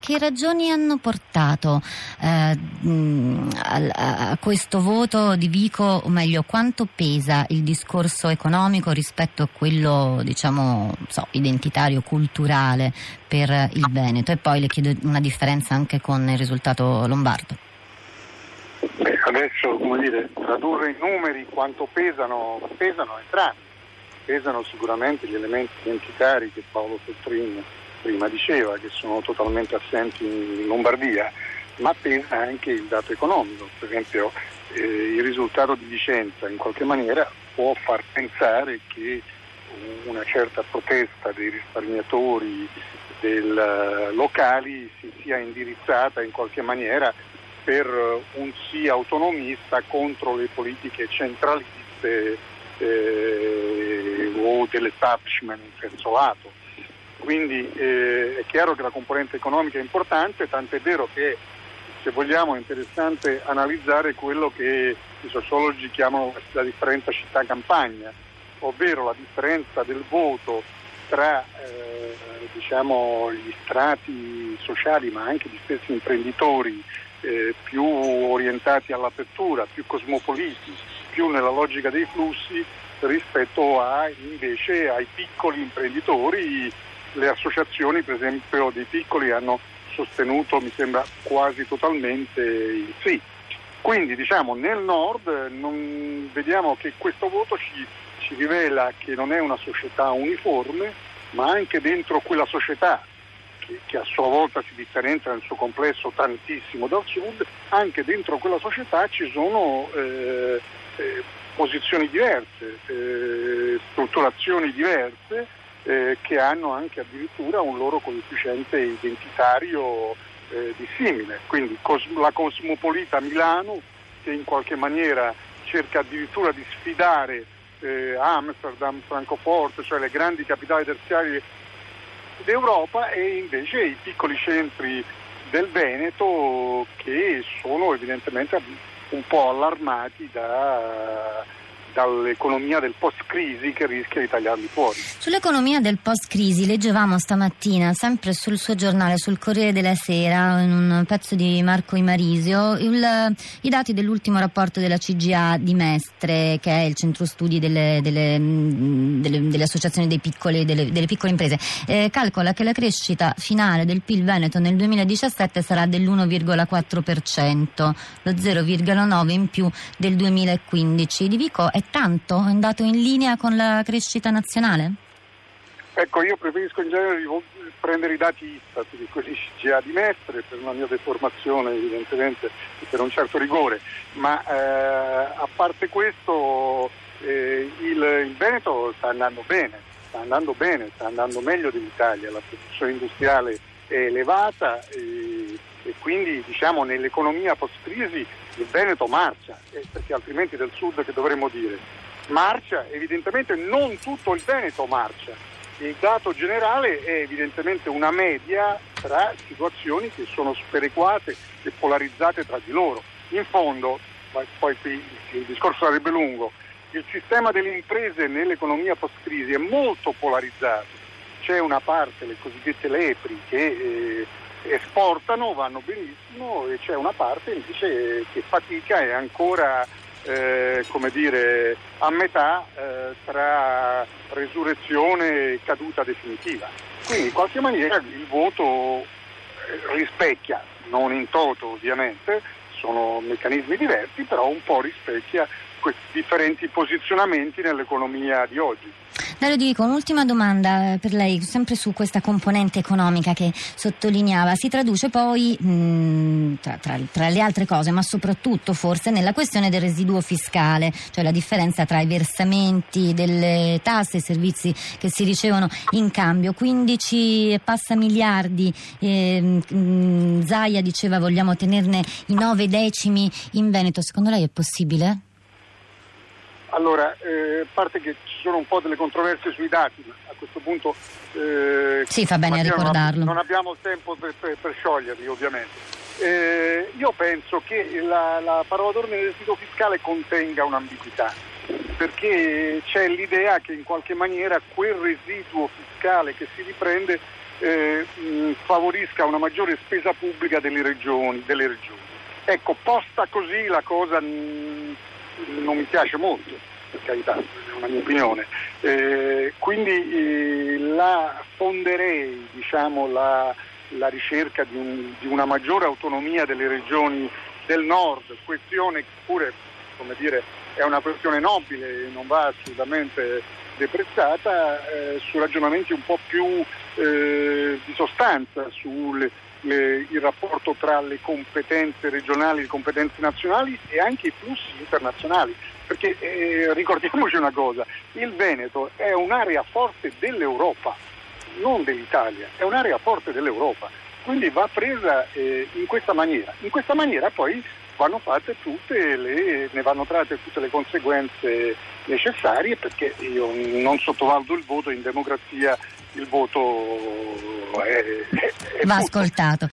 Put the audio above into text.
Che ragioni hanno portato a questo voto di Vico, o meglio, quanto pesa il discorso economico rispetto a quello, identitario, culturale per il Veneto? E poi le chiedo una differenza anche con il risultato lombardo. Adesso, tradurre in numeri quanto pesano entrambi. Pesano sicuramente gli elementi identitari che Paolo Feltrin prima diceva, che sono totalmente assenti in Lombardia, ma pesa anche il dato economico. Per esempio il risultato di Vicenza in qualche maniera può far pensare che una certa protesta dei risparmiatori locali si sia indirizzata in qualche maniera per un sì autonomista contro le politiche centraliste o dell'establishment in senso lato. Quindi è chiaro che la componente economica è importante, tant'è vero che, se vogliamo, è interessante analizzare quello che i sociologi chiamano la differenza città-campagna, ovvero la differenza del voto tra gli strati sociali, ma anche gli stessi imprenditori più orientati all'apertura, più cosmopoliti, più nella logica dei flussi, rispetto invece ai piccoli imprenditori. Le associazioni, per esempio, dei piccoli hanno sostenuto, mi sembra, quasi totalmente il sì. Quindi, nel nord vediamo che questo voto ci rivela che non è una società uniforme, ma anche dentro quella società, che a sua volta si differenzia nel suo complesso tantissimo dal sud, anche dentro quella società ci sono posizioni diverse, strutturazioni diverse, che hanno anche addirittura un loro coefficiente identitario dissimile. Quindi la cosmopolita Milano, che in qualche maniera cerca addirittura di sfidare Amsterdam, Francoforte, cioè le grandi capitali terziarie d'Europa, e invece i piccoli centri del Veneto, che sono evidentemente un po' allarmati dall'economia del post-crisi, che rischia di tagliarli fuori. Sull'economia del post-crisi leggevamo stamattina, sempre sul suo giornale, sul Corriere della Sera, in un pezzo di Marco Imarisio, i dati dell'ultimo rapporto della CGA di Mestre, che è il centro studi delle associazioni delle piccole imprese. Calcola che la crescita finale del PIL Veneto nel 2017 sarà dell'1,4%, lo 0,9% in più del 2015. Di Vico è tanto? È andato in linea con la crescita nazionale? Ecco, io preferisco in genere prendere i dati ISTAT di quelli CGA di Mestre, per una mia deformazione evidentemente e per un certo rigore, ma a parte questo il Veneto sta andando bene, sta andando meglio dell'Italia, la produzione industriale è elevata e quindi nell'economia post-crisi il Veneto marcia, perché altrimenti del sud che dovremmo dire? Marcia, evidentemente non tutto il Veneto marcia. Il dato generale è evidentemente una media tra situazioni che sono sperequate e polarizzate tra di loro. In fondo, poi il discorso sarebbe lungo, il sistema delle imprese nell'economia post-crisi è molto polarizzato. C'è una parte, le cosiddette lepri, che esportano, vanno benissimo, e c'è una parte invece che fatica, è ancora a metà tra resurrezione e caduta definitiva. Quindi in qualche maniera il voto rispecchia, non in toto ovviamente, sono meccanismi diversi, però un po' rispecchia questi differenti posizionamenti nell'economia di oggi. Dario Di Vico, un'ultima domanda per lei, sempre su questa componente economica che sottolineava. Si traduce poi, tra le altre cose, ma soprattutto forse nella questione del residuo fiscale, cioè la differenza tra i versamenti delle tasse e i servizi che si ricevono in cambio. 15 e passa miliardi, Zaia diceva vogliamo tenerne i 9 decimi in Veneto. Secondo lei è possibile? Allora, a parte che ci sono un po' delle controversie sui dati, ma a questo punto sì, fa bene a ricordarlo. Non abbiamo tempo per scioglierli, ovviamente. Io penso che la parola d'ordine del residuo fiscale contenga un'ambiguità, perché c'è l'idea che in qualche maniera quel residuo fiscale che si riprende favorisca una maggiore spesa pubblica delle regioni. Ecco, posta così la cosa non mi piace molto, per carità, è una mia opinione. Quindi la fonderei, diciamo, la ricerca di una maggiore autonomia delle regioni del nord, questione che pure, come dire, è una questione nobile, non va assolutamente deprezzata, su ragionamenti un po' più di sostanza sul il rapporto tra le competenze regionali, le competenze nazionali e anche i flussi internazionali, perché ricordiamoci una cosa, il Veneto è un'area forte dell'Europa, non dell'Italia, è un'area forte dell'Europa, quindi va presa in questa maniera. In questa maniera poi vanno fatte ne vanno tratte tutte le conseguenze necessarie, perché io non sottovaluto il voto in democrazia, il voto è va tutto. ascoltato.